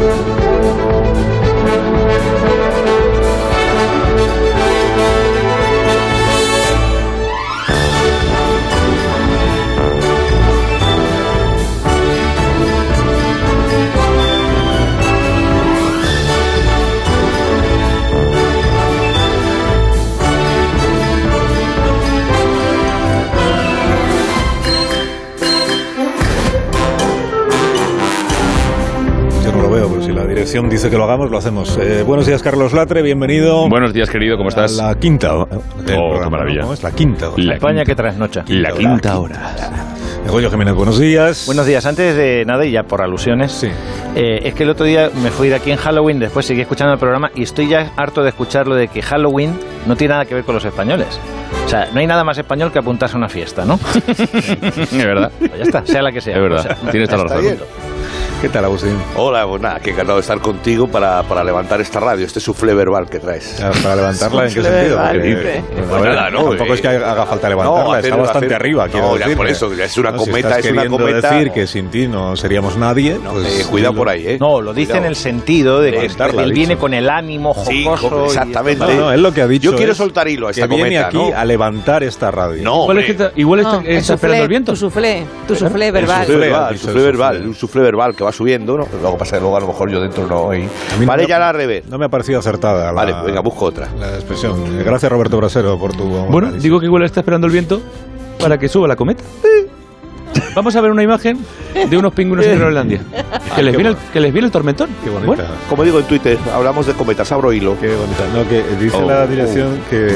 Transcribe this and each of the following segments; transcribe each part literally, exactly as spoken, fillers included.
Dice que lo hagamos, lo hacemos. Eh, buenos días, Carlos Latre, bienvenido. Buenos días, querido, ¿cómo estás? La quinta hora. Oh, qué maravilla. ¿No? Es la quinta hora. La España que trasnocha. La, la quinta hora. Goyo Jiménez, buenos días. Buenos días. Antes de nada, y ya por alusiones, sí. eh, es que el otro día me fui de aquí en Halloween, después seguí escuchando el programa y estoy ya harto de escucharlo de que Halloween no tiene nada que ver con los españoles. O sea, no hay nada más español que apuntarse a una fiesta, ¿no? Es verdad. Pues ya está, sea la que sea. Es verdad, o sea, tienes toda la razón. ¿Qué tal, Agustín? Hola, pues nada, que encantado de estar contigo para, para levantar esta radio, este suflé verbal que traes. ¿Para levantarla en qué sentido? Verbal, Porque, pues a ver, nada, no, tampoco eh, es que haga falta levantarla, no, está hacer, bastante hacer, arriba, quiero no, decir. Ya por eso, ya es una no, cometa, si es una cometa. decir que sin ti no seríamos nadie, no, pues, eh, cuidado por ahí, ¿eh? No, lo dice cuidado. En el sentido de que Levantarla, él ha viene dicho. con el ánimo jocoso. Sí, exactamente. No, no, es lo que ha dicho. Yo quiero es soltar hilo a esta que viene cometa, aquí ¿no? a levantar esta radio. No, igual es que está, igual está, No, está el esperando suflé, el viento. Tu suflé, tu suflé verbal. El suflé verbal, Dice el el suflé verbal, suflé. un suflé verbal que va subiendo, ¿no? Luego pasa que luego a lo mejor yo dentro no. Y... Vale, no, ya la al revés. No me ha parecido acertada la, Vale, venga, busco otra. la expresión. Gracias, Roberto Brasero, por tu Bueno, análisis. digo que igual está esperando el viento para que suba la cometa. Vamos a ver una imagen de unos pingüinos en Groenlandia. Que les viene el, que les viene el tormentón. Qué bonita. Bueno, Como digo en Twitter, hablamos de cometas, abro hilo. Qué bonita. No, que dice Oh, la dirección oh. que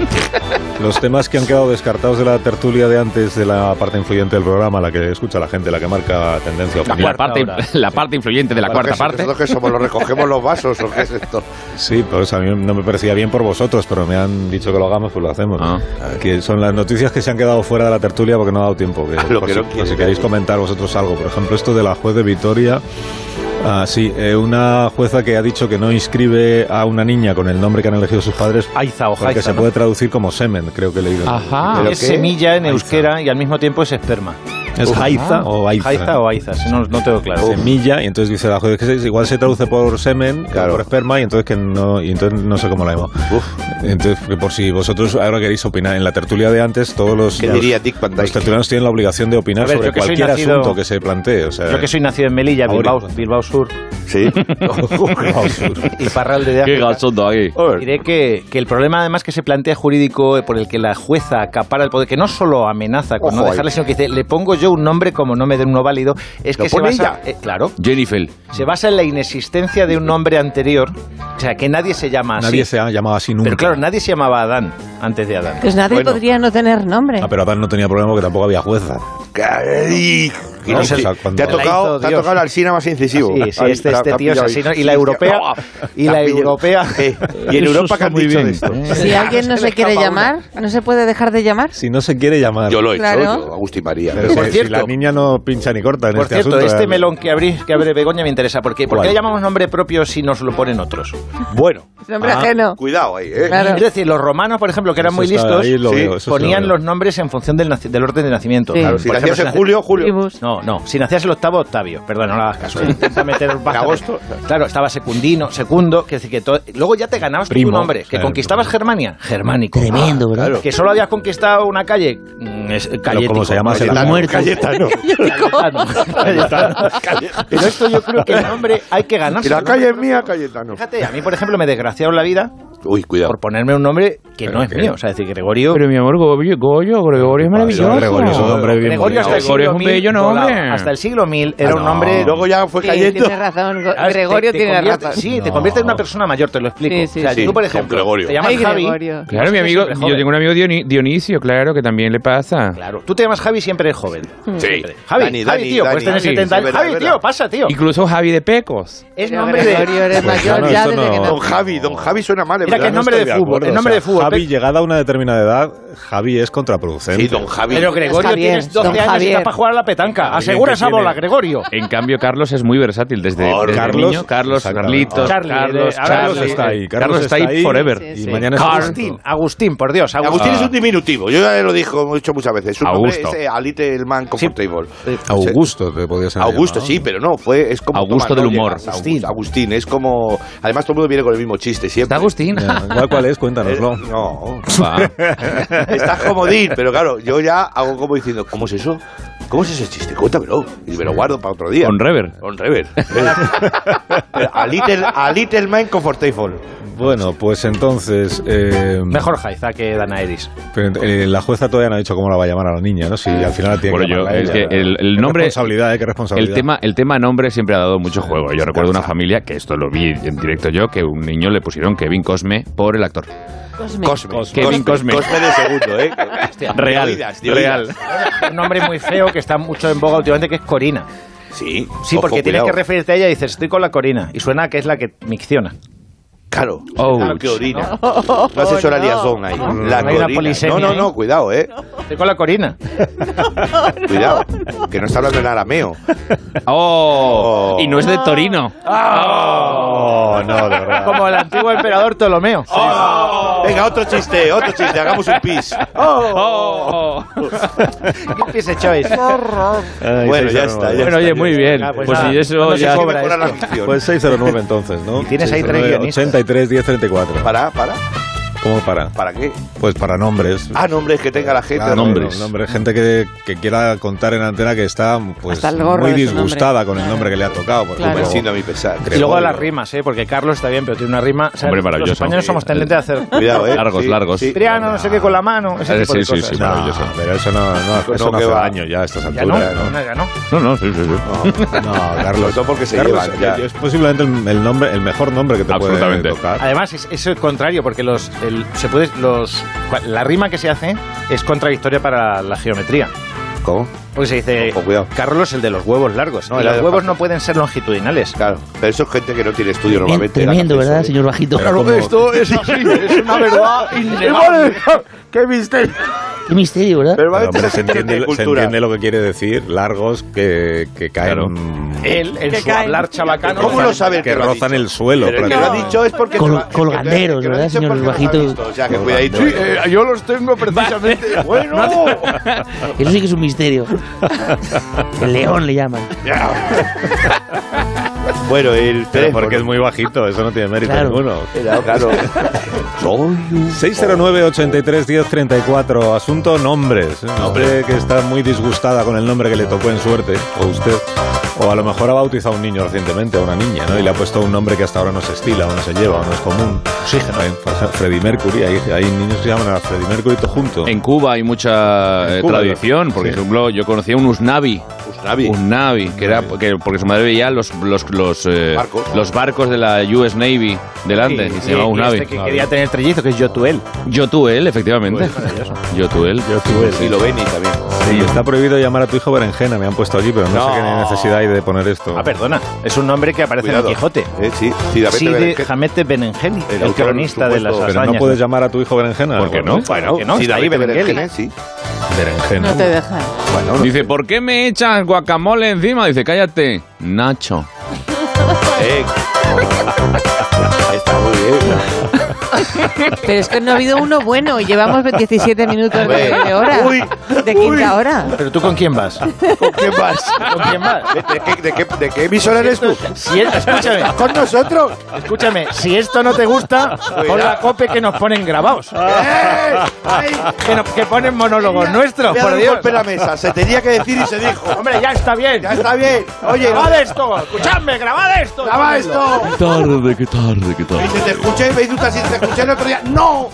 los temas que han quedado descartados de la tertulia de antes, de la parte influyente del programa, la que escucha la gente, la que marca tendencia o la, opinión. parte, la parte influyente de la cuarta parte. ¿Nosotros qué somos? ¿Los recogemos los vasos o qué es esto? Sí, pues a mí no me parecía bien por vosotros, pero me han dicho que lo hagamos, pues lo hacemos. Ah. Que son las noticias que se han quedado fuera de la tertulia porque no ha dado tiempo. Que, Lo por que si, no por si quiere. queréis comentar vosotros algo. Por ejemplo, esto de la juez de Vitoria. Ah, sí, eh, una jueza que ha dicho que no inscribe a una niña con el nombre que han elegido sus padres Aiza o porque Jaiza, se ¿no? puede traducir como semen, creo que he leído. Ajá. ¿Pero Es qué? semilla en Aiza. euskera y al mismo tiempo es esperma. ¿Es Jaiza o Aiza? Jaiza o Aiza, si no, no tengo claro. Semilla, y entonces dice la juez que se- igual se traduce por semen, Claro. por esperma, y entonces que no, y entonces no sé cómo la llamo. Entonces, que por si vosotros ahora queréis opinar, en la tertulia de antes, todos los, ¿Qué los, diría Dick Van Dyke? los tertulianos tienen la obligación de opinar A ver, sobre yo que soy cualquier nacido- asunto que se plantee. O sea, Yo que soy nacido en Melilla, Ahora. Bilbao, Bilbao Sur Sí. y Parralde de Qué África, gachondo ahí. diré que, que el problema además que se plantea jurídico por el que la jueza acapara el poder, que no solo amenaza con Ojo no ahí. dejarle, sino que dice, le pongo yo un nombre como no me den uno válido, es ¿Lo que se pone basa, ella? eh, claro, Jennifer. se basa en la inexistencia de un nombre anterior, o sea, que nadie se llama así. nadie se ha llamado así nunca. Pero claro, nadie se llamaba Adán antes de Adán. Pues nadie Bueno. podría no tener nombre. Ah, pero Adán no tenía problema porque tampoco había jueza. Ay, y No, no sé, sé, o sea, cuando- te ha La tocado, hizo te ha Dios. tocado la alsina más incisivo. Sí, sí, Ahí, este, te ha- este te ha tío es pillado así, ahí. ¿no? Y la europea, y Te ha la pillado. europea, Eh, y en Eso Europa está que han muy dicho bien. de esto. Si alguien no se se le quiere escapa llamar, ¿no se puede dejar de llamar? Si no se quiere llamar. Yo lo he hecho, Claro. yo, Agustín María. Pero Por si, cierto- si la niña no pincha ni corta en por este cierto, asunto. este eh, melón que abrís, que abre Begoña me interesa, ¿por qué? ¿Por ¿Cuál? qué le llamamos nombre propio si nos lo ponen otros? Bueno, Nombre Ah. ajeno. cuidado ahí, ¿eh? Claro. Es decir, los romanos, por ejemplo, que eran eso muy está- listos, ahí lo sí, veo, eso sí lo ponían veo. los nombres en función del, naci- del orden de nacimiento. Sí. Claro, si Por nacías ejemplo, en si nac- julio, julio. Tribus. No, no. Si nacías el octavo, Octavio. Perdón, no le hagas caso. Intenta meter bájate. agosto. Claro, estaba secundino, segundo, que decir que todo, luego ya te ganabas tú Primo, tu nombre. Que claro. conquistabas Germania, germánico. Tremendo, Ah, Claro. Que solo habías conquistado una calle, mm, es Pero Cayético. como se llama, se la Cayetano, muerto. Cayetano. Cayetano. Pero esto yo creo que el nombre hay que Y ganarse. la calle es mía, Cayetano. Fíjate, a mí, por ejemplo, me desgraciaron la vida Uy, cuidado. por ponerme un nombre que ¿Pero no es qué? mío. O sea, decir, Gregorio... Pero mi amor, Goyo, Goyo, Gregorio es maravilloso. Gregorio es un nombre bien Gregorio hasta el bonito. Gregorio siglo es un mil, bello nombre. volado. Hasta el siglo mil era Ah, un no. nombre... Y luego ya fue Sí, Cayeto. tiene razón. Go- Ah, Gregorio te- te tiene convierte- razón. Sí, te No. convierte en una persona mayor, te lo explico. Sí, sí, o sea, sí. tú, por Don ejemplo, Gregorio. te llamas Ay, Javi... Gregorio. Claro, mi amigo, siempre yo joven. tengo un amigo Dioni- Dionisio, claro, que también le pasa. Claro, tú te llamas Javi, siempre eres joven. Sí. Siempre. Javi, Dani, Javi, Dani, tío, Dani. puedes tener Sí, setenta años. es verdad, Javi, es tío, verdad. pasa, tío. Incluso Javi de Pecos. Es Pero nombre de... Gregorio eres Pues mayor no, ya eso desde no. que Don nació. Javi, Don Javi suena mal, Mira que ¿verdad? es nombre de estoy de fútbol, acuerdo, es nombre o de sea, fútbol. Javi, llegada a una determinada edad, Javi es contraproducente. Sí, don Javi. Pero Gregorio, Javier, tienes doce don años y Javier. está para jugar a la petanca. Asegura esa tiene- bola, Gregorio. En cambio, Carlos es muy versátil desde, Por desde Carlos, niño. Carlos, exactamente. Carlitos, Charlie, Carlos, eh, ahora Carlos Charlie. está ahí. Carlos está ahí forever. Sí, Y sí. mañana es Agustín, Agustín, por Dios. Agustín. Agustín es un diminutivo, yo ya lo dijo, hemos dicho muchas veces. Su nombre Augusto. es eh, A Little Man Comfortable. Augusto, te podías haber Augusto, llamado. sí, pero no, fue, es como... Augusto toma, del no humor. llegas, Agustín. Agustín, es como... Además todo el mundo viene con el mismo chiste siempre. ¿Está Agustín? Ya, ¿Cuál, cuál es? Cuéntanoslo. Eh, no, Va. está comodín, pero claro, yo ya hago como diciendo, ¿cómo es eso? ¿Cómo es ese chiste? Cuéntamelo. Y me lo guardo para otro día. On rever. On rever. a, little, a Little Man Comfortable. Bueno, pues entonces... eh, Mejor Jaiza que Danaeris. pero, eh, la jueza todavía no ha dicho cómo la va a llamar a la niña, ¿no? Si al final la tiene Bueno, que yo, llamar a es ella. que el, el Qué nombre... responsabilidad, ¿eh? Qué responsabilidad. El tema, el tema nombre siempre ha dado mucho juego. Yo recuerdo una familia, que esto lo vi en directo yo, que un niño le pusieron Kevin Cosme por el actor. Cosme. Cosme. Kevin Cosme. Cosme de segundo, ¿eh? Real, De oídas, de real. oídas. Un nombre muy feo que está mucho en boga últimamente, que es Corina. Sí. Sí, ojo, porque tienes cuidado. que referirte a ella y dices, estoy con la Corina. Y suena que es la que micciona. Claro. Ouch. Claro que orina. No haces hora liazón ahí. La No hay una corina. polisemia No, no, ahí. no, cuidado, eh. Estoy con la Corina. Cuidado. Que no está hablando en arameo. ¡Oh! Oh. Y no es de Torino. Oh, no, de verdad. Como el antiguo emperador Ptolomeo. Venga, otro chiste, otro chiste. Hagamos un pis. ¡Oh! ¿Qué piece choice? Ay, Bueno, ya seis cero nueve. está, ya Bueno, oye, muy bien. Venga, pues Pues nada, si eso no se ya... cobra Mejorar la esto. ficción. Pues seis cero nueve entonces, ¿no? Y tienes ahí tres guionistas. ochenta y tres, diez, treinta y cuatro. Para, para. ¿Cómo para? ¿Para qué? Pues para nombres. Ah, nombres que tenga la gente. Claro, nombres. nombres. Gente que, que quiera contar en antena que está pues Hasta el gorro muy de su disgustada con el nombre que le ha tocado. Por Claro. Me ejemplo, siento a mi pesar. Y luego las rimas, ¿eh? Porque Carlos está bien, pero tiene una rima. O sea, Hombre, los maravilloso. españoles somos tendentes a hacer. Cuidado, eh. Largos, Sí, largos. sí. Triano, no sé qué, con la mano. Ese Eh, tipo de sí, sí, cosas. sí, maravilloso. No, pero eso no, no, eso No, no que hace va. daño ya a estas Ya no, alturas. no, ya no. No, no, sí, sí, sí. No, no, Carlos. Sobre todo porque se Carlos, llevan ya. Es posiblemente el, el nombre, el mejor nombre que te puede Absolutamente. tocar. Además, es, es el contrario, porque los, el- se puede, los, la rima que se hace es contradictoria para la geometría. ¿Cómo? Porque se dice, Ojo, cuidado. Carlos, el de los huevos largos. No, y el los de- huevos no pueden ser longitudinales. Claro. Pero eso es gente que no tiene estudio normalmente. Tremendo, La ¿verdad, gente señor Bajito? Pero como- esto es así, es una verdad innegable. ¡Qué misterio! Qué misterio, ¿verdad? Pero, Normalmente hombre, esa se gente entiende, tiene se cultura. entiende lo que quiere decir. Largos que, que caen. Claro. Él, en Que su caen. hablar chabacano... ¿Cómo lo sabe el Que lo ha rozan dicho? el suelo, Pero el que lo ha prácticamente. dicho es porque... Col- te lo ha- el que- colganderos, el que lo ha ¿verdad, dicho es señor porque lo ha Bajito? visto. O sea, que cuidadito. Sí, eh, yo los tengo precisamente. Bueno, Eso sí que es un misterio. El león le llaman. Bueno, el Pero teléfono. porque es muy bajito, eso no tiene mérito Claro. ninguno. Claro. seis cero nueve, ochenta y tres, diez, treinta y cuatro. Asunto nombres. Nombre que está muy disgustada con el nombre que le tocó en suerte, o usted. O a lo mejor ha bautizado a un niño recientemente, a una niña, ¿no? Y le ha puesto un nombre que hasta ahora no se estila, o no se lleva, o no es común. Oxígeno. Por ejemplo, Freddie Mercury. Hay, hay niños que se llaman a Freddie Mercury todo junto. En Cuba hay mucha eh, En Cuba, tradición. Por sí. ejemplo, yo conocí a un Usnavi. Usnavi. Un Navi, que era que, porque su madre veía los los los, eh, Barcos. los barcos de la U S Navy delante y, se llamaba un Navi. este que quería tener trellizo, que es Yotuel. Yotuel, efectivamente. Yotuel. Y lo ven y también. Sí, está prohibido llamar a tu hijo berenjena, me han puesto aquí, pero no, No. sé qué necesidad hay de poner esto. Ah, perdona. Es un nombre que aparece Cuidado. en el Quijote. Eh, sí, sí, de Sí, repente de ven- Hamete Benengeli, El el, autor, cronista por de las supuesto. Pero no hazañas. puedes llamar a tu hijo berenjena. ¿Por qué no? Bueno, que no, sí, está David ahí Benengeli. Berenjena, sí. Berenjena. No te dejan. Bueno, Dice, ¿por qué me echas guacamole encima? Dice, cállate, Nacho. eh, está muy bien. Pero es que no ha habido uno bueno y llevamos diecisiete minutos de, de hora. Uy, de quinta hora. Pero tú, ¿con quién vas? ¿Con quién vas? ¿Con quién vas? ¿De, de qué, de, qué, ¿De qué emisora eres tú? Si es- escúchame, ¿Con nosotros? escúchame, si esto no te gusta, pon la cope que nos ponen grabados. ¡Eh! ¡Ay! Que, nos- que ponen monólogos nuestros, Voy a por dar un Dios. golpe en la mesa. Se tenía que decir y se dijo. Hombre, ya está bien. Ya está bien. Oye, grabad esto, escuchadme, grabad esto. graba esto. Tarde, qué tarde, qué tarde. Y te escuché, me dice así, te escuché el otro día. ¡No!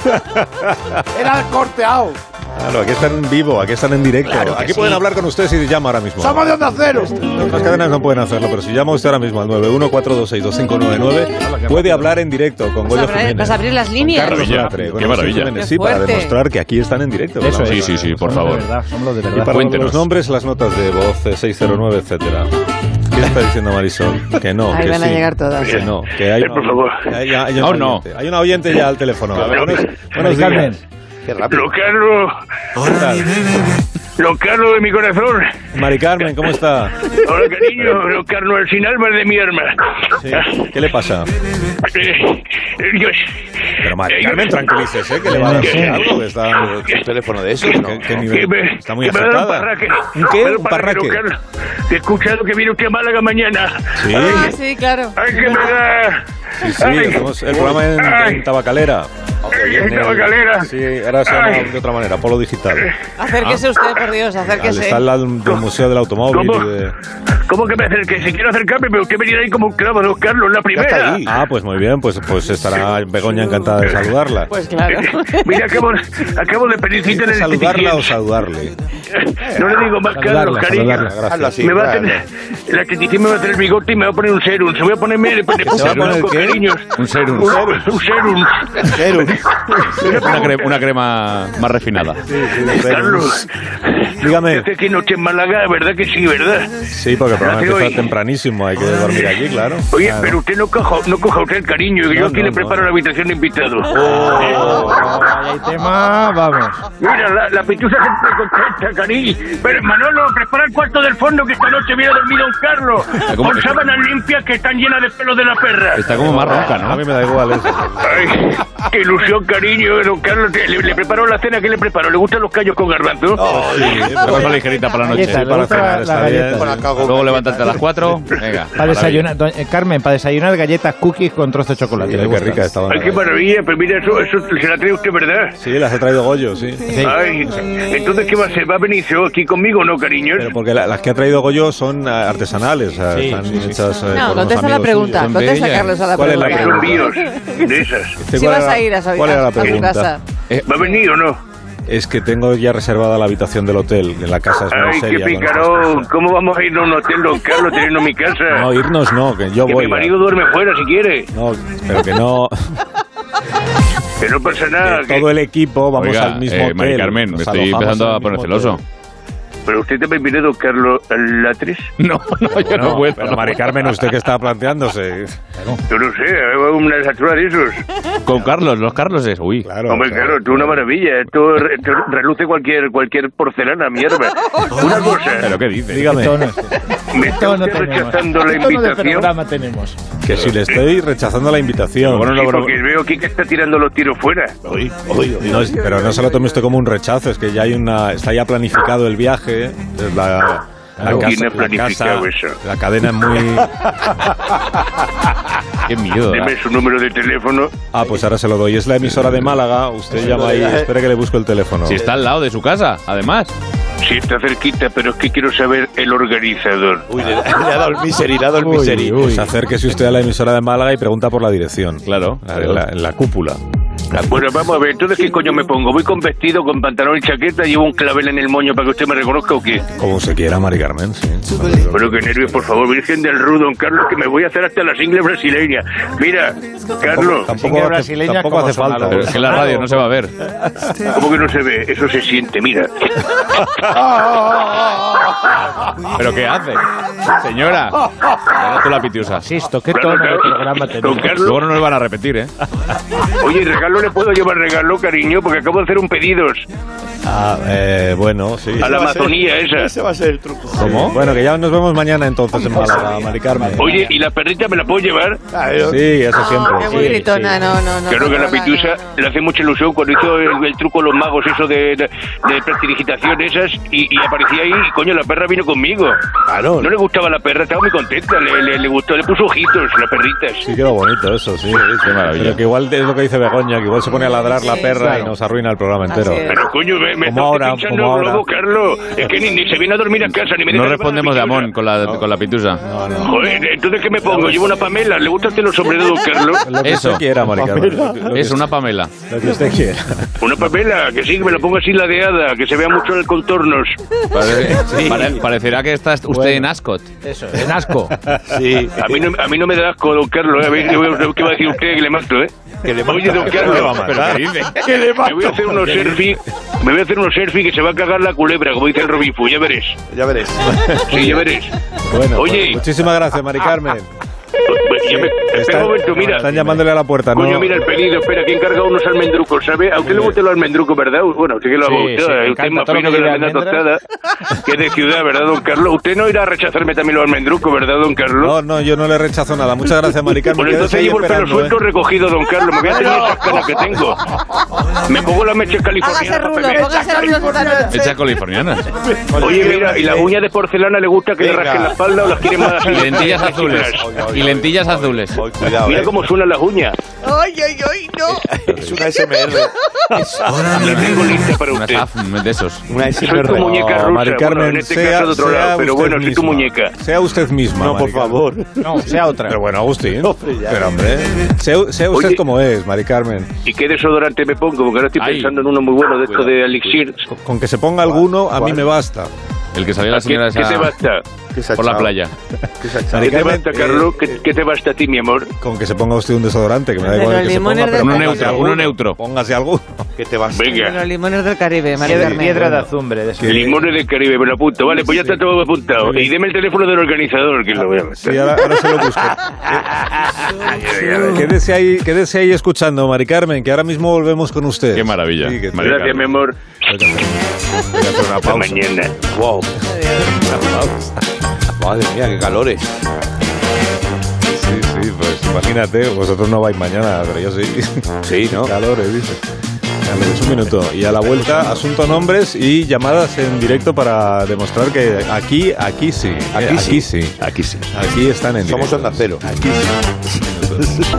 Era corteado. Claro, aquí están en vivo, aquí están en directo. Aquí pueden hablar con ustedes si llama ahora mismo. Somos de Onda Cero. Las cadenas no pueden hacerlo, pero si llama usted ahora mismo al nueve uno cuatro dos seis dos cinco nueve nueve, puede hablar en directo con Vas a Goyo abrir, Jiménez. vas a abrir las líneas. Carlos Maravilla, Latre, qué con José maravilla. Jiménez. Qué Sí, para fuerte. demostrar que aquí están en directo. Eso Vamos. Sí, sí, sí, por favor. Somos los de Y verdad. para Cuéntenos. los nombres, las notas de voz, eh, seis cero nueve, etcétera. ¿Qué está diciendo Marisol? Que no, Ahí que van sí. a llegar todas. Que no, que hay Eh, por favor. Hay, hay, hay, Oh, un no. oyente. Hay una oyente ya al teléfono. Buenos, buenos Carmen. días. Qué rápido. Don Carlos, ¿Qué tal? don Carlos de mi corazón. Mari Carmen, ¿cómo está? Hola, cariño, don Carlos, el sin alma de mi alma. Sí. ¿Qué le pasa? Eh, yo- Pero Mari eh, yo- Carmen, tranquilícese, que le va a ¿Qué? decir algo. Que está, ¿Un teléfono de esos? No. ¿Qué, qué que nivel? me- Está muy que me ha dado un agitada. parraque. ¿Un Me qué? ha dado ¿Un parraque? don Carlos. He escuchado que viene usted a Málaga mañana. Sí. Ah, sí, claro. ¡Ay, que me da! Sí, sí, Ay, hacemos el programa en, ay, en Tabacalera. ay, en En el- Tabacalera. Sí, ahora se llama Ay. de otra manera, Polo Digital. Acérquese usted, por Dios, Al acérquese. está al lado del Museo del Automóvil. ¿Cómo? Y de... ¿Cómo que me acerque? Si quiero acercarme, pero usted venir ahí como un clavo, don Carlos, la Ya está primera. ahí. Ah, pues muy bien, pues, pues estará Begoña encantada de saludarla. Pues claro. Mira, acabo, acabo de pedir cita en el ¿Saludarla o saludarle? No le digo más Carlos, cariño. Gracias. Hazlo así. Me va a claro. tener, la esteticista me va a tener el bigote y me va a poner un serum. Se voy a ponerme, le, le puse va a poner con qué? cariño. Un serum. Un, un serum. Serum. Una, cre- una crema más refinada. Carlos, Dígame. usted que noche en Málaga, ¿verdad que sí, verdad? Sí, porque el programa Gracias, empieza hoy. tempranísimo, hay que dormir aquí, claro. Oye, Claro. pero usted no coja, no coja usted el cariño, que No, yo aquí no, le no. preparo la habitación de invitados. Oh, hay tema, vamos. Mira, la, la pitusa siempre contenta, cariño. Pero Manolo, prepara el cuarto del fondo que esta noche viene a dormir don Carlos. ¿Cómo? Con sábanas limpias que están llenas de pelos de la perra. Está como más ronca, A ¿no? mí me da igual eso. Ay, qué ilusión, cariño, don Carlos. Te- Le, le preparo la cena, ¿qué le preparo? ¿Le gustan los callos con garbanzo? Una cosa ligerita para la noche. Galleta, Sí, ¿le para gusta cenar la- la está galleta? bien. Con la cago- Luego levantarte a las cuatro. Venga. Para desayunar, doña- eh, Carmen, para desayunar galletas cookies con trozo de chocolate. Sí, ¿le qué gustan? rica estaban. Ay, qué maravilla. Pero mira, eso, eso se la trae usted, ¿verdad? Sí, las ha traído Goyo, sí. Sí. Ay, entonces, ¿qué va a hacer? ¿Va a venir yo aquí conmigo o no, cariños? Pero porque la- las que ha traído Goyo son eh, artesanales, o sea, Sí, están sí, sí. hechas eh, No, por unos contesta la amigos pregunta. suyos. Contesta, bellas. Carlos, a la ¿Cuál es la Que pregunta. son pregunta? míos, de esas. Este, Si ¿cuál vas era- a ir a su, ¿Cuál era la a su pregunta? casa. ¿Va a venir o no? Es que tengo ya reservada la habitación del hotel, en la casa es muy Ay, qué seria. con estas picarón. cosas. ¿Cómo vamos a ir a un hotel, don Carlos, teniendo mi casa? No, irnos no, que yo que voy. mi marido duerme fuera si quiere. No, pero que no. Que no pasa nada. que que- todo el equipo vamos Oiga, al mismo eh, hotel. Mari Carmen, me Nos estoy alojamos empezando en a el poner mismo celoso. hotel. Pero usted también viene, don Carlos, al Latres. No, no, yo no, No, puedo. pero Mari Carmen, ¿usted qué está planteándose? Yo no sé, una desatura de esos. Con Carlos, los Carloses. Uy. Claro. Hombre, claro, esto es una maravilla. Esto, re- esto reluce cualquier cualquier porcelana, mierda. Una cosa, ¿Pero qué dice? Dígame, ¿Qué tono es este? me está tono usted tenemos? rechazando la ¿Qué tono de invitación. programa tenemos? que si le estoy rechazando la invitación. Bueno, Sí, no, porque veo aquí que está tirando los tiros fuera. Oy, oy, oy. No es- pero no se lo tome usted como un rechazo, es que ya hay una, está ya planificado el viaje, es la, la Claro. casa, ¿Quién ha la, planificado casa, eso? la cadena es muy... Qué miedo. Deme ¿eh? su número de teléfono. Ah, pues ahora se lo doy, es la emisora de Málaga, usted llama ahí, espere que le busco el teléfono. Si está al lado de su casa, además. Sí, está cerquita, pero es que quiero saber el organizador. Uy, le, le ha dado el misery, le ha dado el Uy, misery. uy. Pues acérquese usted a la emisora de Málaga y pregunta por la dirección. Claro. En la, en la cúpula. Bueno, vamos a ver, entonces, ¿qué coño me pongo? ¿Voy con vestido, con pantalón y chaqueta, llevo un clavel en el moño para que usted me reconozca o qué? Como se quiera, Mari Carmen, sí. Pero qué nervios, por favor, Virgen del Rudo, don Carlos, que me voy a hacer hasta las ingles brasileñas. Mira, Carlos, Tampoco, Single hace, brasileña, tampoco ¿cómo hace son falta. algo? Pero es que en la radio no se va a ver. ¿cómo que no se ve? Eso se siente, mira. ¿Pero qué hace? Señora. Dale tú la pitiusa. Insisto, ¿qué Claro, tono de claro. programa Don tenemos? Carlos, Luego no nos van a repetir, ¿eh? oye, regalo le puedo llevar regalo, cariño, porque acabo de hacer un pedido Ah, eh, bueno, sí. a la va a ser- Amazonía esa. Ese va a ser el truco. ¿Cómo? Bueno, que ya nos vemos mañana entonces en Málaga, Mari Carmen. Oye, ¿y la perrita me la puedo llevar? Claro. Sí, eso siempre. Es muy sí, gritona, sí. no, no, no. Creo que la controla, pitusa no, no. le hace mucha ilusión cuando hizo el, el truco los magos, eso de, de, de prestidigitación esas, y, y aparecía ahí, y coño, la perra vino conmigo. Claro. No le gustaba la perra, estaba muy contenta, le, le, le gustó, le puso ojitos, la perrita. Sí, quedó bonito eso, sí. Qué maravilla. Pero que igual es lo que dice Begoña, que igual se pone a ladrar la Sí, perra claro. y nos arruina el programa Así entero. es. Pero coño, me, me Como está ahora, pinchando como el ahora. globo, Carlos. Es que ni, ni se viene a dormir a casa, ni me No deja respondemos de llevar la Amón con la, con la pitusa. No, no. Joder, entonces ¿qué me pongo? ¿Llevo una Pamela? ¿Le gusta hacer los sombreros, don Carlos? Lo que Eso. usted quiera, Mari Carmen. Lo que- lo que Es una Pamela. Lo que usted quiera. Una Pamela, que sí, que me la pongo así ladeada, que se vea mucho el contornos. Pare- pare- parecerá que está usted Bueno. en Ascot. Eso, en asco. Sí. A mí no, a mí no me da asco, don Carlos. ¿eh? A ver, ¿qué va a decir usted que le mato, eh? Que le Oye, don Carlos, ¿Qué le me voy a hacer unos selfies, me voy a hacer unos selfies que se va a cagar la culebra, como dice el Robin Fu, ya veres. Ya veréis. Sí, ya veres. Bueno, Oye. pues muchísimas gracias, Mari Carmen. Ya me, espera Están, un momento, mira. están llamándole a la puerta, ¿no? Coño, mira el pedido, espera, que encarga unos almendrucos, ¿sabe? A usted le gustan los almendrucos, ¿verdad? Bueno, sí que lo hago Sí, usted, sí, me usted es encanta más todo lo fino que que la lleve almendra tostada, que es de ciudad, ¿verdad, don Carlos? Usted no irá a rechazarme también los almendrucos, ¿verdad, don Carlos? No, no, yo no le rechazo nada. Muchas gracias, Mari Carmen. Bueno, entonces Quédese ahí llevo el pelo esperando, suelto ¿eh? recogido, don Carlos. Me voy a tener esas canas que tengo. Me pongo las mechas Hágase californianas. rulo, para que me- póngase rulo esta noche. Hecha californiana. Oye, mira, ¿y las uñas de porcelana le gusta que le Venga. rasquen la espalda o las quieren más así? Y lentillas azules. chicas? Y lentillas azules. Ay, cuidado, Mira eh. cómo suenan las uñas. Ay, ay, ay, no. Es una S M R. La tengo lista para Una usted. zaf de esos. Una S M Soy R. tu muñeca No, rusa. Mari Carmen, Bueno, en este sea, caso de otro sea lado, pero usted bueno, soy tu misma. muñeca. Sea usted misma, No, Mari por Carmen. favor. No, sea otra. Pero bueno, Agustín. Hombre, ya. Pero hombre, sea, sea usted Oye. como es, Mari Carmen. ¿Y qué desodorante me pongo? Porque ahora estoy Ay. pensando en uno muy bueno de esto de Elixir. Con, con que se ponga alguno, a mí me basta. El que salía la ¿Qué, señora qué te esa basta? ¿Qué se ha por la echado? playa. ¿Qué se ha echado? Mari ¿Qué te Carmen, basta, eh, Carlos? ¿Qué, qué te basta a ti, mi amor? Con que se ponga usted un desodorante, que me da Pero igual el el que se limón ponga, es pero de- Uno póngase neutro, alguno. uno neutro. Póngase alguno. ¿Qué te vas? Venga. Los limones del Caribe, Mari Piedra, Carmen. piedra de azumbre. De eso. Limones del Caribe, me lo apunto. Vale, pues ya está todo apuntado. Y deme el teléfono del organizador, que lo voy a meter. Sí, ahora, ahora se lo busco. Quédese ahí, quédese ahí escuchando, Mari Carmen, que ahora mismo volvemos con usted. Qué maravilla. Sí, que Mari Gracias, Carmen. mi amor. Voy a hacer una Hasta pausa. mañana. Wow. Madre mía, qué calores. Sí, sí, pues imagínate, vosotros no vais mañana, pero yo sí. Sí, ¿no? Calores, dice. Calores, un minuto. Y a la vuelta, asunto nombres y llamadas en directo para demostrar que aquí, aquí sí. eh, Aquí Aquí sí. sí. Aquí sí. Aquí están en Somos directo. Onda Cero. Aquí sí. Minutos.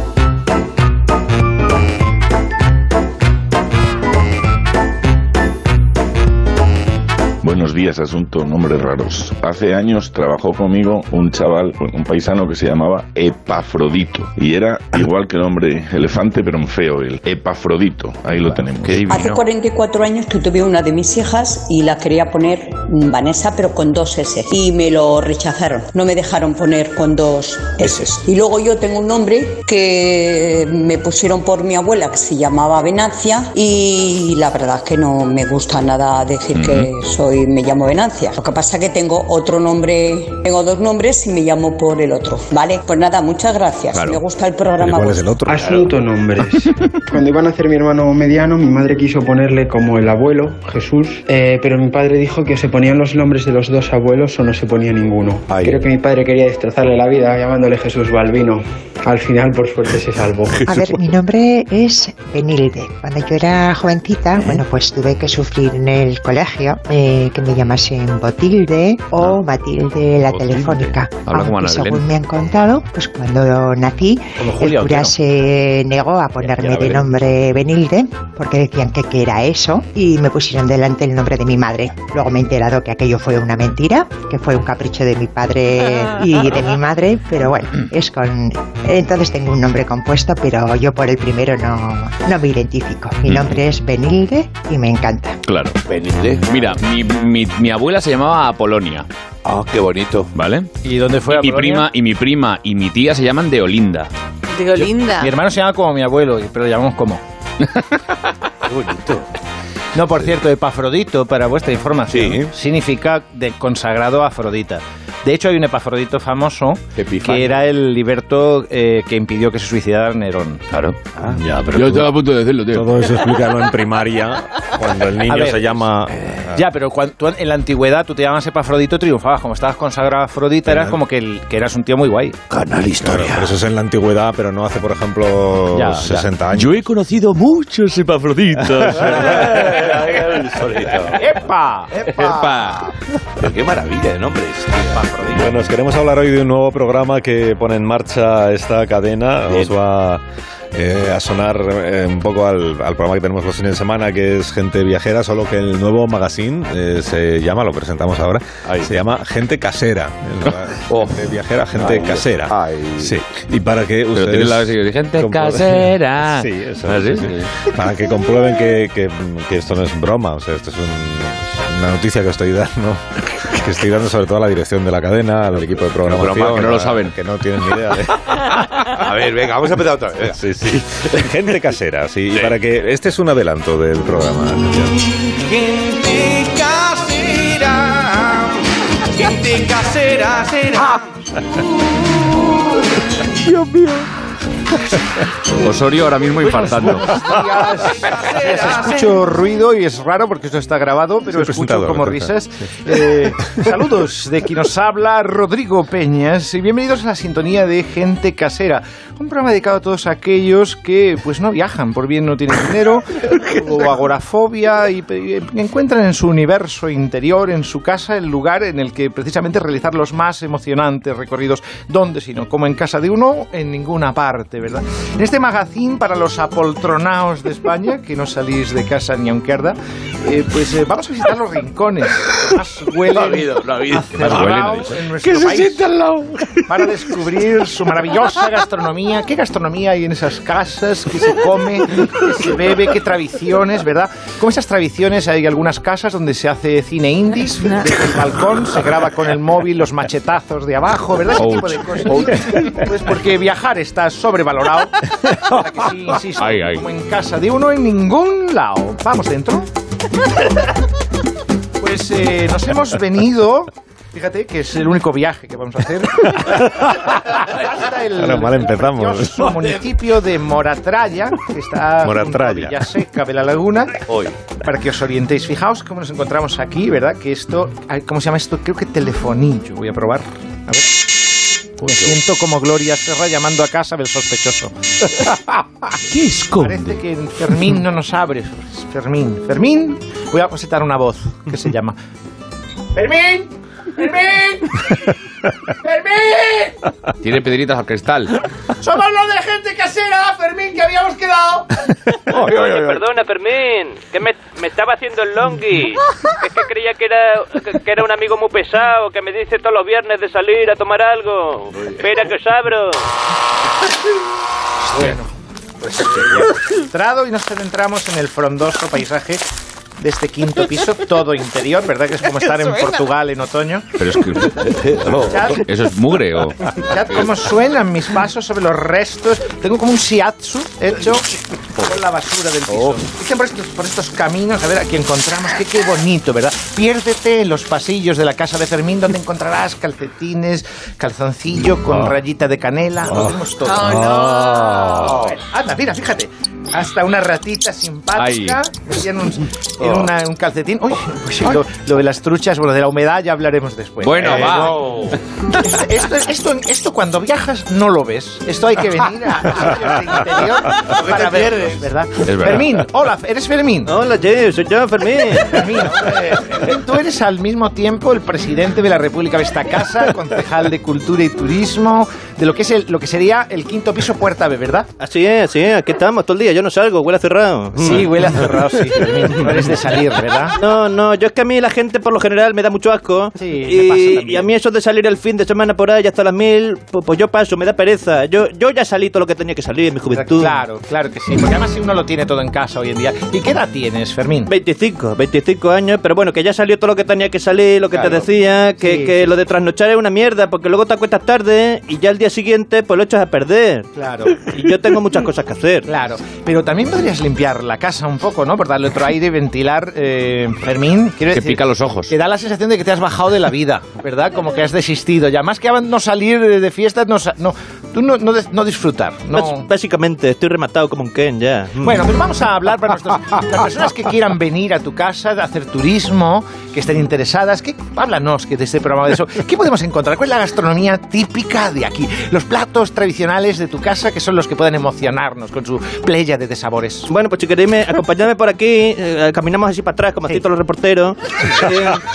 Buenos días, asunto nombres raros. Hace años trabajó conmigo un chaval, un paisano que se llamaba Epafrodito. Y era igual que el hombre elefante, pero en feo, el Epafrodito. Ahí lo tenemos. Hace cuarenta y cuatro años que tuve una de mis hijas y la quería poner Vanessa, pero con dos S. Y me lo rechazaron. No me dejaron poner con dos S. Y luego yo tengo un nombre que me pusieron por mi abuela, que se llamaba Venancia. Y la verdad es que no me gusta nada decir que soy, me llamo Venancia. Lo que pasa es que tengo otro nombre, tengo dos nombres y me llamo por el otro. Vale, pues nada, muchas gracias. Claro. Me gusta el Pero programa. ¿cuál es el otro? Asunto nombres. Cuando iban a hacer mi hermano mediano, mi madre quiso ponerle como el abuelo, Jesús, eh, pero mi padre dijo que o se ponían los nombres de los dos abuelos o no se ponía ninguno. Ay. Creo que mi padre quería destrozarle la vida llamándole Jesús Balbino. Al final, por suerte, se salvó. A ver, mi nombre es Benilde. Cuando yo era jovencita, bueno, pues tuve que sufrir en el colegio eh, que me llamasen Botilde o Matilde la Botilde. Telefónica. Habla como Aunque Ana Belén. según me han contado, pues cuando nací, Como Julia el cura Otero. se negó a ponerme la de Belén. nombre Benilde porque decían que, que era eso y me pusieron delante el nombre de mi madre. Luego me he enterado que aquello fue una mentira, que fue un capricho de mi padre y de mi madre, pero bueno, es con... Entonces tengo un nombre compuesto, pero yo por el primero no, no me identifico. Mi nombre es Benilde y me encanta. Claro. Benilde. Mira, mi, mi, mi abuela se llamaba Apolonia, Ah, qué bonito. ¿vale? ¿Y dónde fue Y mi Apolonia? prima y mi prima y mi tía se llaman de Olinda. Digo, linda. Mi hermano se llama como mi abuelo, pero lo llamamos como. Qué bonito. No, por cierto, Epafrodito, para vuestra información, Sí. significa de consagrado a Afrodita. De hecho, hay un Epafrodito famoso Epifanio. que era el liberto eh, que impidió que se suicidara Nerón. Claro. Ya, pero Yo tú- estaba a punto de decirlo, tío. todo eso explícalo en primaria, cuando el niño A ver, se llama... Ya, pero cuando, tú en la antigüedad tú te llamas Epafrodito, triunfabas. Como estabas consagrado a Afrodita, eras como que, el- que eras un tío muy guay. Canal Claro, Historia. pero eso es en la antigüedad, pero no hace, por ejemplo, Ya, ya. sesenta años. Yo he conocido muchos Epafroditos. ¡Epa! Epa. Pero qué maravilla de nombres. Bueno, os queremos hablar hoy de un nuevo programa que pone en marcha esta cadena. Bien. Os va eh, a sonar eh, un poco al, al programa que tenemos los fines de semana, que es Gente Viajera, solo que el nuevo magazine eh, se llama, lo presentamos ahora, Ay. se llama Gente Casera. El- Oh. Gente Viajera, Gente Ay, Casera. ay. Sí, y para que Pero ustedes... tiene la de gente comprueben- casera. Sí, eso ¿Ah, sí, sí? sí. Para que comprueben que, que, que esto no es broma, o sea, esto es un, es una noticia que estoy dando, que estoy dando sobre todo a la dirección de la cadena, al equipo de programación. Pero que no lo saben. Que no tienen ni idea de... A ver, venga, vamos a empezar otra vez. Venga. Sí, sí. Gente casera, sí, sí. Y para que... Este es un adelanto del programa. Gente casera, gente casera, será. Dios mío. Osorio ahora mismo infartando. Escucho ruido y es raro porque esto está grabado, pero sí, escucho como risas. Eh, saludos de quien nos habla, Rodrigo Peñas, y bienvenidos a la sintonía de Gente Casera, un programa dedicado a todos aquellos que pues no viajan, por bien no tienen dinero, o agorafobia, y, y encuentran en su universo interior, en su casa, el lugar en el que precisamente realizar los más emocionantes recorridos. ¿Dónde sino? Como en casa de uno, en ninguna parte, ¿verdad? En este magazín para los apoltronaos de España, que no salís de casa ni aunque arda, eh, pues eh, vamos a visitar los rincones. Más huelen lo ha habido, lo ha habido. en nuestro que se país, sienta al lado. Para descubrir su maravillosa gastronomía. ¿Qué gastronomía hay en esas casas? ¿Qué se come? ¿Qué se bebe? ¿Qué tradiciones? ¿Verdad? Como esas tradiciones, hay algunas casas donde se hace cine indie, desde el balcón, se graba con el móvil los machetazos de abajo, ¿verdad? Ese Ouch. tipo de cosas. Ouch. Pues porque viajar está sobrevalorado. Para que sí, insisto, ay, ay. como en casa de uno, en ningún lado. ¿Vamos dentro? Pues eh, nos hemos venido... Fíjate que es el único viaje que vamos a hacer. Hasta el Bueno, mal empezamos. municipio de Moratralla, que está Moratralla. junto a Villaseca de la Laguna. Hoy. Para que os orientéis. Fijaos cómo nos encontramos aquí, ¿verdad? Que esto... ¿Cómo se llama esto? Creo que telefonillo. Voy a probar. A ver. Me siento como Gloria Serra llamando a casa del sospechoso. ¿Qué esconde? Parece que Fermín no nos abre. Fermín. Fermín. Voy a citar una voz que se llama... ¡Fermín! ¡Fermín! ¡Fermín! Tiene pedritas al cristal. ¡Somos los de Gente Casera, Fermín, que habíamos quedado! Oy, oy, oy. Perdona, Fermín, que me, me estaba haciendo el longui. Es que creía que era, que, que era un amigo muy pesado, que me dice todos los viernes de salir a tomar algo. Espera que os abro. Bueno, pues hemos entrado y nos adentramos en el frondoso paisaje de este quinto piso, todo interior, ¿verdad? Que es como estar en Portugal en otoño. Pero es que... Chad, ¿Eso es mugre o...? Chad, cómo suenan mis pasos sobre los restos. Tengo como un shiatsu hecho con la basura del piso. Dicen por estos, por estos caminos, a ver, aquí encontramos, qué, qué bonito, ¿verdad? Piérdete en los pasillos de la casa de Fermín, donde encontrarás calcetines, calzoncillo con Oh. rayita de canela. Oh. Lo tenemos todo. Oh, no. Oh. Anda, mira, fíjate. Hasta una ratita simpática. En un, en una- un calcetín. Uy, pues lo, lo de las truchas, bueno, de la humedad ya hablaremos después. Bueno, Eh, va. no. Esto, esto, esto cuando viajas no lo ves. Esto hay que venir a a sitios de interior para verlos, ¿verdad? Es verdad. Fermín, hola, ¿eres Fermín? Hola, che, soy yo, Fermín. Fermín, eh, tú eres al mismo tiempo el presidente de la República de esta casa, concejal de Cultura y Turismo, de lo que es el, lo que sería el quinto piso Puerta B, ¿verdad? Así es, así es, aquí estamos todo el día, yo no salgo, huele a cerrado. Sí, huele a cerrado, sí, Fermín. No eres de salir, ¿verdad? No, no, yo es que a mí la gente por lo general me da mucho asco. Sí, y, me pasa también. y a mí eso de salir el fin de semana por ahí hasta las mil, pues, pues yo paso, me da pereza. Yo, yo ya salí todo lo que tenía que salir en mi juventud. Claro, claro que sí, porque además si uno lo tiene todo en casa hoy en día. ¿Y qué edad tienes, Fermín? veinticinco, veinticinco años, pero bueno, que ya salió todo lo que tenía que salir, lo que Claro. te decía, que, Sí, que sí. lo de trasnochar es una mierda, porque luego te acuestas tarde y ya el día siguiente pues lo echas a perder. Claro. Y yo tengo muchas cosas que hacer. Claro, pero también podrías limpiar la casa un poco, ¿no? Por darle otro aire y ventilar, eh, Fermín. Quiero Que decir, pica los ojos. que da la sensación de que te has bajado de la vida, ¿verdad? Como que has desistido. Ya más que no salir de, de fiestas, no, sa- no, tú no, no, des- no disfrutar. No. Bás- Básicamente, estoy rematado como un Ken ya. Mm. Bueno, pues vamos a hablar para nuestros, las personas que quieran venir a tu casa, de hacer turismo, que estén interesadas. ¿Qué, háblanos que de este programa de eso. ¿Qué podemos encontrar? ¿Cuál es la gastronomía típica de aquí? Los platos tradicionales de tu casa, que son los que pueden emocionarnos con su pléyade de sabores. Bueno, pues si queréis, me- acompañadme por aquí. eh, caminamos así para atrás, como así todos los reporteros.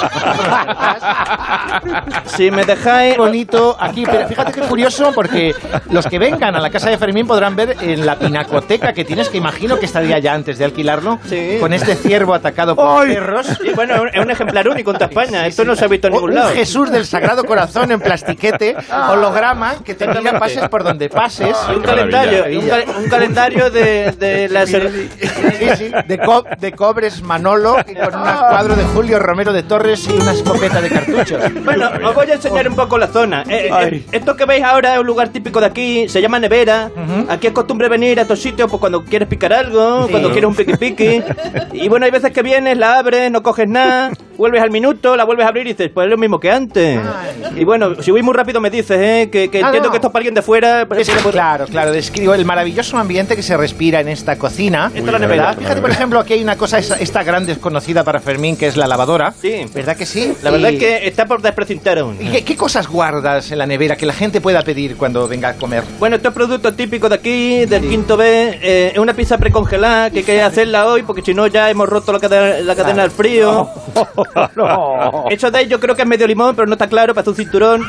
Si me dejáis... Qué bonito aquí, pero fíjate qué curioso porque los que vengan a la casa de Fermín podrán ver en la pinacoteca que tienes, que imagino que estaría ya antes de alquilarlo, Sí. con este ciervo atacado por perros. Sí, bueno, es un ejemplar único en toda España. Esto no se ha visto en ningún Un lado. Jesús del Sagrado Corazón en plastiquete, holograma, que te mira, pases por donde pases. Y un calendario, un, cal- un calendario de, de la ser- Sí, sí, de, co- de Cobres Manolo, y con un cuadro de Julio Romero de Torres y una escopeta de cartuchos. Bueno, os voy a enseñar un poco la zona. Eh, eh, esto que veis ahora es un lugar típico de aquí, se llama nevera. Aquí es costumbre venir a estos sitios pues, cuando quieres picar algo, Sí. cuando quieres un piqui piqui. Y bueno, hay veces que vienes, la abres, no coges nada, vuelves al minuto, la vuelves a abrir y dices, pues es lo mismo que antes. Y bueno, si voy muy rápido me dices, ¿eh? Que, que Ah, entiendo no. que esto es para alguien de fuera. Es que, claro, claro, describo el maravilloso ambiente que se respira en esta cocina. Esta es la nevera. ¿Verdad? Fíjate, por ejemplo, aquí hay una cosa, esta, esta gran desconocida para Fermín, que es la lavadora. Sí. ¿Verdad que sí? La verdad Y- es que está por desprecintar aún. ¿Y qué, qué cosas guardas en la nevera que la gente pueda pedir cuando venga a comer? Bueno, esto es producto típico de aquí, del quinto B. Eh, es una pizza precongelada que hay que hacerla hoy porque si no ya hemos roto la cadena, la cadena del frío. Eso de ahí yo creo que es medio limón, pero no está claro, parece un cinturón.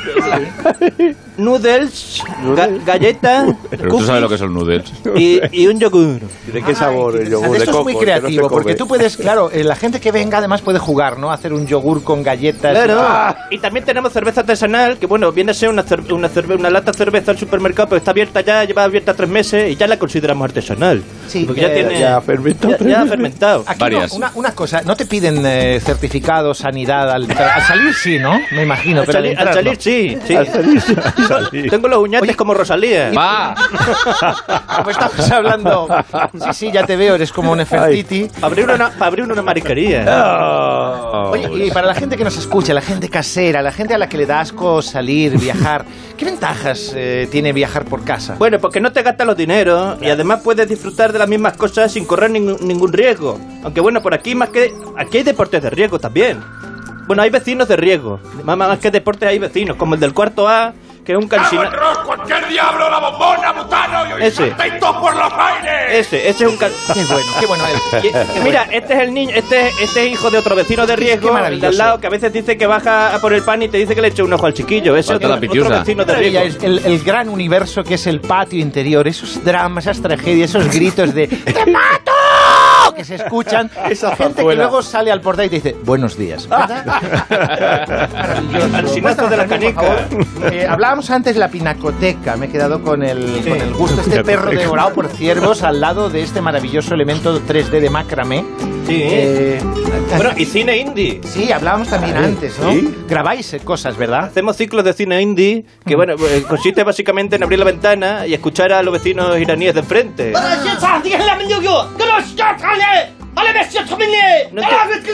Noodles, ga- galletas, Pero tú sabes lo que son noodles. y, y un yogur. ¿De qué sabor el yogur? Esto De es coco, muy que no se creativo, come. porque tú puedes, claro, eh, la gente que venga además puede jugar, ¿no? Hacer un yogur con galletas. Claro. Ah, Y también tenemos cerveza artesanal, que bueno, viene a ser una, cer- una, cerve- una lata de cerveza al supermercado, pero está abierta ya, lleva abierta tres meses y ya la consideramos artesanal. Sí, porque ya eh, tiene. ya fermentado ya- tres ya ha meses. fermentado. Aquí Varias. no, una, una cosa, no te piden eh, certificado, sanidad al, al salir, sí, ¿no? Me imagino, Al pero salir, al al entrar, salir no. sí, sí. Al salir, sí, al salir. Tengo los uñates como Rosalía. ¡Va! Como estamos hablando, sí, sí, ya te veo, eres como un Nefertiti. Para abrir una, para abrir una marisquería. Oye, y para la gente que nos escucha, la gente casera, la gente a la que le da asco salir, viajar, ¿qué ventajas eh, tiene viajar por casa? Bueno, porque no te gastas los dineros y además puedes disfrutar de las mismas cosas sin correr ningún, ningún riesgo. Aunque bueno, por aquí más que aquí hay deportes de riesgo también. Bueno, hay vecinos de riesgo. Más, más que deportes hay vecinos, como el del cuarto A, que es un cansino. ¡Cualquier diablo, la bombona, butano! ¡Y Ese. saltito por los aires! Ese, ese es un can... Qué bueno, qué bueno él. Y- y mira, este es el niño, este, este es hijo de otro vecino de Qué- qué riesgo, el de maravilloso. al lado, que a veces dice que baja a por el pan y te dice que le eche un ojo al chiquillo. Ese Falta otro, la pitiusa. otro vecino de Maravilla, riesgo. es el, el gran universo que es el patio interior, esos dramas, esas tragedias, esos gritos de ¡te mato! Que se escuchan, esa gente que zarzuela. luego sale al portal y te dice buenos días. Maravilloso. Al sinazo de la Muéstranos, canica. por favor. Eh, hablábamos antes de la pinacoteca, me he quedado con el, con el gusto. Este perro devorado por ciervos al lado de este maravilloso elemento tres D de macramé. Sí. Eh, Bueno, y cine indie. sí, hablábamos también antes, ¿no? Grabáis eh, cosas, ¿verdad? Hacemos ciclos de cine indie que, bueno, eh, consiste básicamente en abrir la ventana y escuchar a los vecinos iraníes de enfrente. No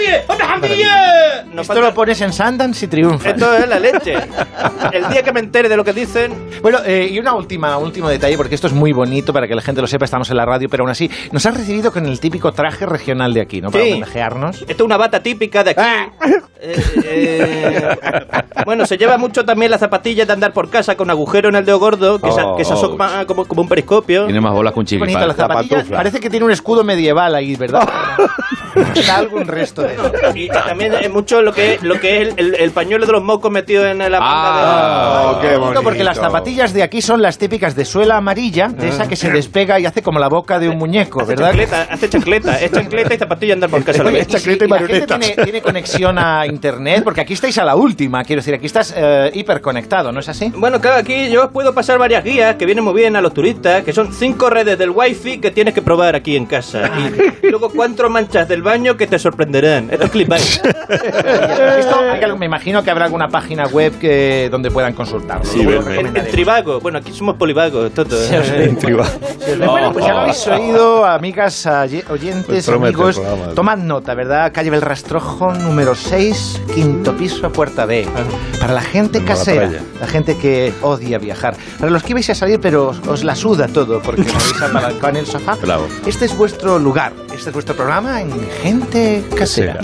te- Esto lo pones en Sundance y triunfa. Esto es la leche. El día que me entere de lo que dicen, Bueno, eh, y una última, último detalle, porque esto es muy bonito para que la gente lo sepa, estamos en la radio, pero aún así, nos has recibido con el típico traje regional de aquí, ¿no? Para Sí. homenajearnos. esto es una bata típica de aquí. Eh, eh, bueno, se lleva mucho también las zapatillas de andar por casa con agujero en el dedo gordo, que, se, que se asoma como, como un periscopio. Tiene más bolas que un Qué bonito, la chiquipán. zapatilla parece que tiene un escudo medieval ahí, ¿verdad? Da algún resto de eso. Y, y también es mucho lo que, lo que es el, el- el pañuelo de los mocos metido en la Ah, manga qué Bonito, bonito. porque las zapatillas de aquí son las típicas de suela amarilla, de esa que se despega y hace como la boca de un muñeco, de... Hace ¿verdad? chancleta, hace chancleta, es chancleta y zapatilla andar por casa. a la Oye, vez. y si- y la gente tiene, tiene conexión a internet, porque aquí estáis a la última, quiero decir, aquí estás eh, hiperconectado, ¿no es así? Bueno, claro, aquí yo os puedo pasar varias guías que vienen muy bien a los turistas, que son cinco redes del wifi que tienes que probar aquí en casa. Y luego cuatro manchas del baño que te sorprenderán. Esto es clickbait. Esto, hay algo- me imagino que habrá alguna página web que, donde puedan consultarlo. Sí, Luego lo verme. En, en recomendaremos. Trivago. Bueno, aquí somos polivagos, todo. Bueno, pues ya lo habéis oído, amigas, oye- oyentes, Pues promete amigos. el programa. Tomad nota, ¿verdad? Calle Belrastrojo, número seis, quinto piso, puerta B. Para la gente En casera, Malatraya. la gente que odia viajar. Para los que ibais a salir, pero os, os la suda todo, porque me vais a palancar en el sofá. Claro. Este es vuestro lugar, este es vuestro programa en Gente Casera.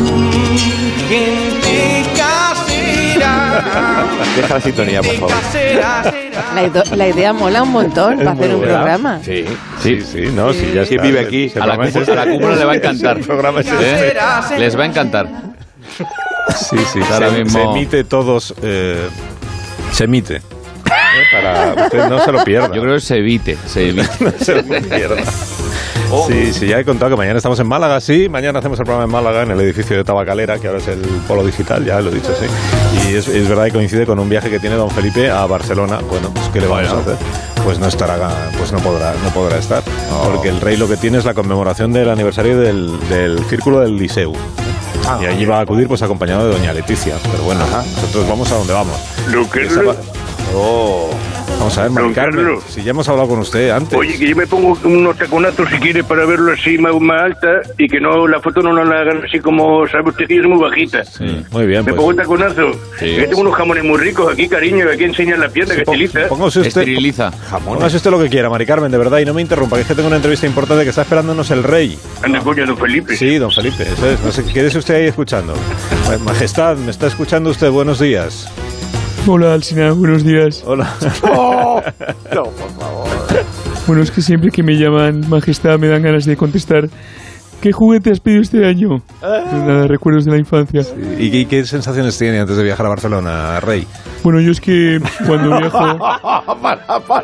Gente casera. Deja la sintonía, por favor. Casera, casera. La, ido- la idea mola un montón para hacer un programa. Sí, Sí, sí, no, sí, ya Sí, está. vive aquí. El A la, programa es cúpula, a la ese. cúpula le va a encantar. El programa es ¿Eh? ese. Les va a encantar. Sí, sí, Ahora se, mismo- se emite todos. eh, se emite. Para usted no se lo pierda. Yo creo que se evite, se evite. No se lo pierda. Sí, sí, ya he contado que mañana estamos en Málaga, sí. Mañana hacemos el programa en Málaga, en el edificio de Tabacalera, que ahora es el Polo Digital, ya lo he dicho, sí. Y es, es verdad que coincide con un viaje que tiene don Felipe a Barcelona. Bueno, pues ¿qué le vamos a hacer? Pues no estará, pues no podrá, no podrá estar. Oh. Porque el rey lo que tiene es la conmemoración del aniversario del, del Círculo del Liceu. Ah, y allí va a acudir pues acompañado de doña Leticia. Pero bueno, ajá, nosotros vamos a donde vamos. Lo que Esa... Oh. Vamos a ver, Mari Carmen, si ya hemos hablado con usted antes. Oye, que yo me pongo unos taconazos si quiere para verlo así más, más alta y que no la foto no la hagan así como, sabe usted que es muy bajita. Sí, muy bien. Me pues. pongo un taconazo. Sí. Yo tengo unos jamones muy ricos aquí, cariño, que aquí enseñan la pierna, Sí, que estiliza. Póngase usted, Esteriliza. Póngase usted lo que quiera, Mari Carmen, de verdad, y no me interrumpa, que es que tengo una entrevista importante que está esperándonos el rey. Anda, coño, don Felipe. Sí, don Felipe, eso es. No sé, quédese usted ahí escuchando. Majestad, ¿me está escuchando usted? Buenos días. Hola, Alsina, buenos días. Hola. Oh, no, por favor. Bueno, es que siempre que me llaman majestad me dan ganas de contestar. ¿Qué juguete has pedido este año? Pues nada, recuerdos de la infancia. Sí. ¿Y qué, qué sensaciones tiene antes de viajar a Barcelona, Rey? Bueno, yo es que cuando viajo... para, para.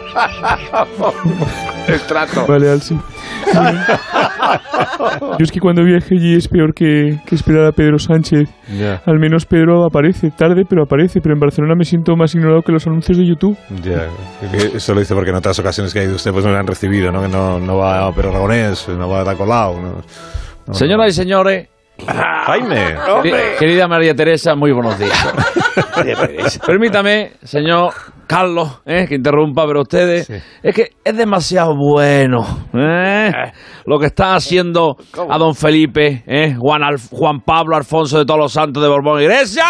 El trato. Vale, Alsi. Bueno, yo es que cuando viaje allí es peor que, que esperar a Pedro Sánchez. Ya. Al menos Pedro aparece, tarde pero aparece. Pero en Barcelona me siento más ignorado que los anuncios de YouTube. Ya, eso lo dice porque en otras ocasiones que ha ido usted pues no le han recibido, ¿no? Que no, no va a Pedro Aragonés, no va a Tacolao, no, no, Señoras y señores, Jaime. Quer- querida María Teresa, muy buenos días. Permítame, señor Carlos, eh, que interrumpa, pero ustedes, sí. Es que es demasiado bueno eh, lo que está haciendo a don Felipe, eh, Juan, Alf- Juan Pablo Alfonso de todos los santos de Borbón y Grecia.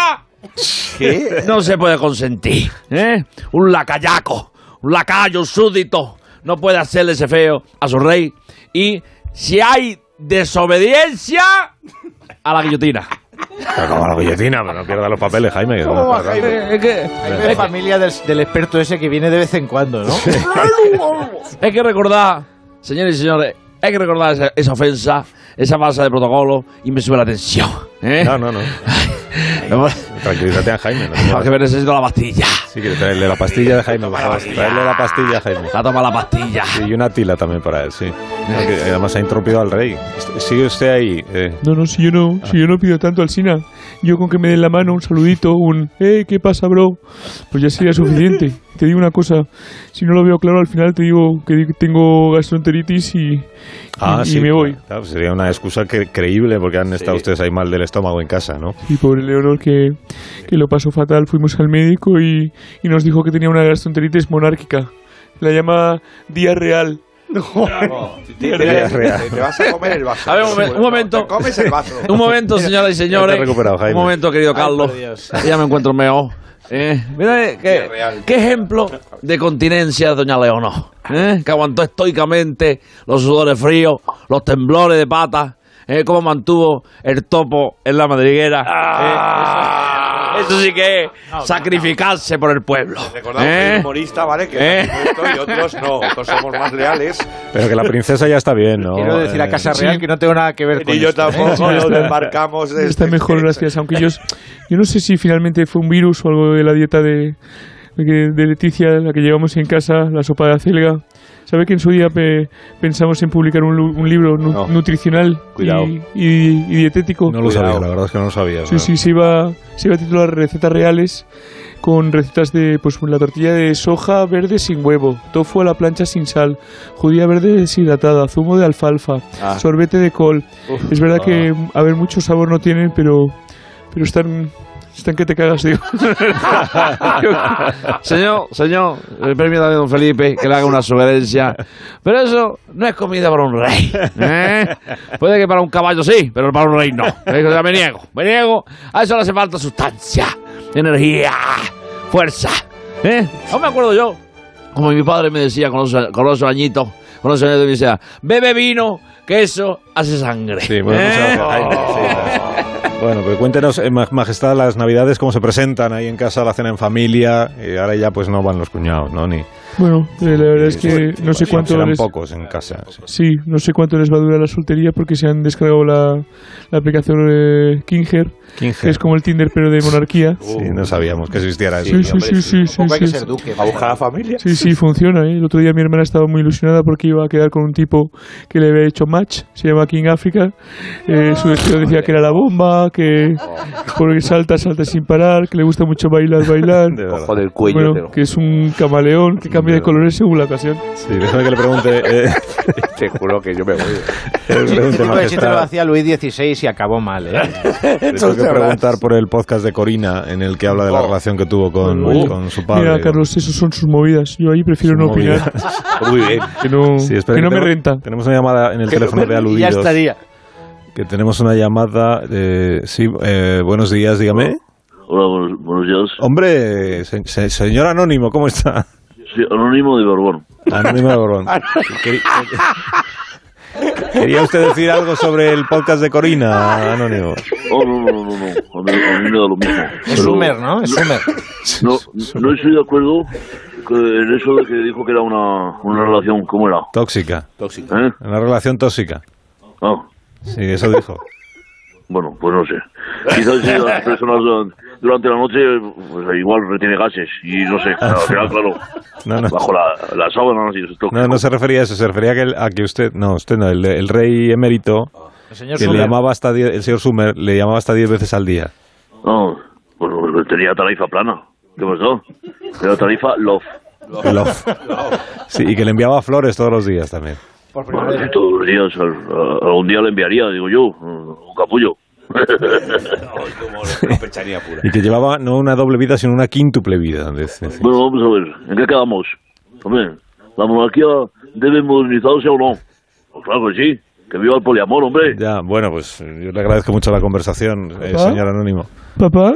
¿Qué? No se puede consentir. ¿eh? Un lacayaco, un lacayo, un súbdito, no puede hacerle ese feo a su rey. Y si hay desobediencia, a la guillotina. Pero como a la guillotina, pero no pierda los papeles, Jaime. Que ¿Cómo va, Jaime? Es que, Jaime es familia del, del experto ese que viene de vez en cuando, ¿no? hay que recordar, señores y señores, hay que recordar esa, esa ofensa, esa falsa de protocolo, y me sube la tensión. ¿eh? No, no, no. Tranquilízate a Jaime. No, que me necesito la pastilla. Sí, quiere traerle la pastilla de Jaime, por favor. Traerle la pastilla a Jaime. La toma la pastilla. Sí, y una tila también para él, sí. Porque además ha interrumpido al rey. Sigue usted ahí. Eh. No, no, si yo no, si yo no pido tanto, Alsina. Yo con que me den la mano, un saludito, un eh, ¿qué pasa, bro? Pues ya sería suficiente. Te digo una cosa, si no lo veo claro, al final te digo que tengo gastroenteritis y, ah, y, sí, y me voy. Claro, sería una excusa que, creíble porque han estado sí. ustedes ahí mal del estómago en casa, ¿no? Y pobre Leonor, que, que lo pasó fatal. Fuimos al médico y, y nos dijo que tenía una gastroenteritis monárquica. La llama día real. No, te, te, te, te vas a comer el vaso. A ver, un, momen, un momento. Te comes el vaso. Un momento, señoras y señores. Un momento, querido Carlos. Ay, ya me encuentro mejor. Eh, mira qué, qué ejemplo de continencia doña Leonor, eh, que aguantó estoicamente los sudores fríos, los temblores de patas, eh, cómo mantuvo el topo en la madriguera. Ah. Eh, eso, eso sí que es no, sacrificarse no. por el pueblo. Recordamos ¿eh? que hay humorista, ¿vale? Que ¿Eh? esto y otros no, otros somos más leales. Pero que la princesa ya está bien, ¿no? Quiero decir a Casa Real sí. que no tengo nada que ver con y yo esto, tampoco ¿eh? nos embarcamos de Está este mejor, gracias. Aunque yo, yo no sé si finalmente fue un virus o algo de la dieta de, de, de Leticia, la que llevamos en casa, la sopa de acelga. ¿Sabe que en su día pe, pensamos en publicar un, un libro nu, no. nutricional y, y, y dietético? No lo Cuidado. sabía, la verdad es que no lo sabía. Sí, ¿verdad? sí, se iba, se iba a titular Recetas Reales, con recetas de pues la tortilla de soja verde sin huevo, tofu a la plancha sin sal, judía verde deshidratada, zumo de alfalfa, ah. sorbete de col. Uf, es verdad ah. que, a ver, mucho sabor no tienen, pero, pero están... Están que te cagas, tío. Señor, señor, permítame, don Felipe, que le haga una sugerencia. Pero eso no es comida para un rey. ¿eh? Puede que para un caballo sí, pero para un rey no. Ya me niego, me niego. A eso le hace falta sustancia, energía, fuerza. ¿eh? Aún me acuerdo yo, como mi padre me decía con los, con los añitos, con los añitos me decía, bebe vino, que eso hace sangre. Sí, bueno, ¿Eh? Consejo Jaime, sí, bueno, pero cuéntenos, eh, Majestad, las Navidades, cómo se presentan ahí en casa, la cena en familia, y ahora ya pues no van los cuñados, ¿no? Ni... Bueno, eh, la verdad es que no sé cuánto serán les... pocos en casa. Sí. Sí, no sé cuánto les va a durar la soltería porque se han descargado la, la aplicación eh, Kinger, Kinger, que es como el Tinder pero de monarquía. Sí, no sabíamos que existiera eso. Sí, sí, sí, sí, sí, Tampoco hay que sí. ser duque. ¿A buscar a la familia? Sí, sí, funciona, ¿eh? El otro día mi hermana estaba muy ilusionada porque iba a quedar con un tipo que le había hecho match, se llama King Africa. Eh, su vestido decía que era la bomba, que porque salta, salta sin parar, que le gusta mucho bailar, bailar. Ojo del cuello. Bueno, pero... que es un camaleón que cambia de colores según la ocasión. Sí, déjame que le pregunte. Eh, Te juro que yo me voy. que le pregunte, Pues si te lo Majestad. hacía Luis dieciséis y acabó mal, ¿eh? Le tengo que preguntar por el podcast de Corina, en el que habla de la Oh. relación que tuvo con, Oh. con su padre. Mira, Carlos, esos son sus movidas. Yo ahí prefiero Sus no opinar. movidas. Muy bien. Que no, Sí, espera, que no me tenemos- renta. Tenemos una llamada en el Que teléfono no- de aludidos. Ya estaría. Que tenemos una llamada. Eh, sí, eh, buenos días, dígame. Hola, buenos, buenos días. Hombre, se- se- señor Anónimo, ¿cómo está? Sí, Anónimo de Borbón. Anónimo de Borbón. Quería, ¿Quería usted decir algo sobre el podcast de Corina, Anónimo? Oh, no, no, no, no, no. A mí, a mí me da lo mismo. Es Pero Sumer, ¿no? Es Sumer. No, no estoy de acuerdo que en eso de que dijo que era una, una relación, ¿cómo era? Tóxica. Tóxica. ¿Eh? Una relación tóxica. Ah, Sí, eso dijo. bueno, pues no sé. Quizás si las personas durante, durante la noche, pues igual retiene gases y no sé. Al final, claro, No, no. bajo la, la sábana y eso es tóxico. No, no se refería a eso, se refería a que, el- a que usted, no, usted no, el, el rey emérito, El señor que le Sumer. llamaba hasta diez, el señor Sumer, le llamaba hasta diez veces al día. No, bueno, pues tenía tarifa plana. ¿Qué pasó? Era tarifa love. Love. Sí, y que le enviaba flores todos los días también. Por primera Bueno, vez. si todos los días, al- a- algún día le enviaría, digo yo, un capullo. Como campecharía pura. Y que llevaba no una doble vida, sino una quíntuple vida. Dice, sí. Bueno, vamos a ver, ¿en qué quedamos? Hombre, ¿la monarquía debe modernizarse o no? Pues claro que sí, que viva el poliamor, hombre. Ya, bueno, pues yo le agradezco mucho la conversación, eh, ¿Ah? señor Anónimo. ¿Papá?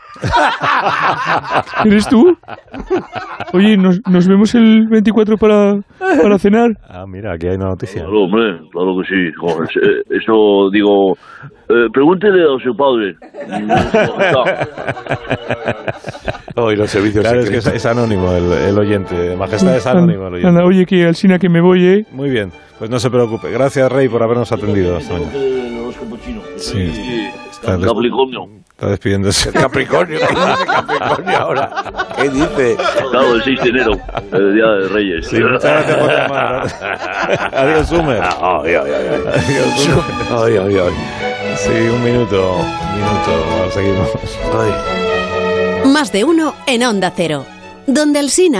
¿Eres tú? Oye, ¿nos, nos vemos el veinticuatro para, para cenar? Ah, mira, aquí hay una noticia. Claro, hombre, claro que sí. Joder, eh, eso digo, eh, pregúntele a su padre. Hoy los servicios Claro, es que es, secretos. es anónimo el, el oyente. Majestad es anónimo el oyente. Anda, oye, que al Sina que me voy, ¿eh? Muy bien, pues no se preocupe. Gracias, Rey, por habernos atendido esta mañana. Sí, está, des- Capricornio. está despidiéndose. Capricornio, ¿qué dice Capricornio ahora? ¿Qué dice? Claro, el seis de enero, el Día de Reyes. Sí, muchas gracias por llamar. Adiós, Sumer. Ay, ay, ay, ay. Adiós, Sumer. Ay, ay, ay. Sí, un minuto, un minuto, ahora seguimos. Ay. Más de uno en Onda Cero. Donde el Sina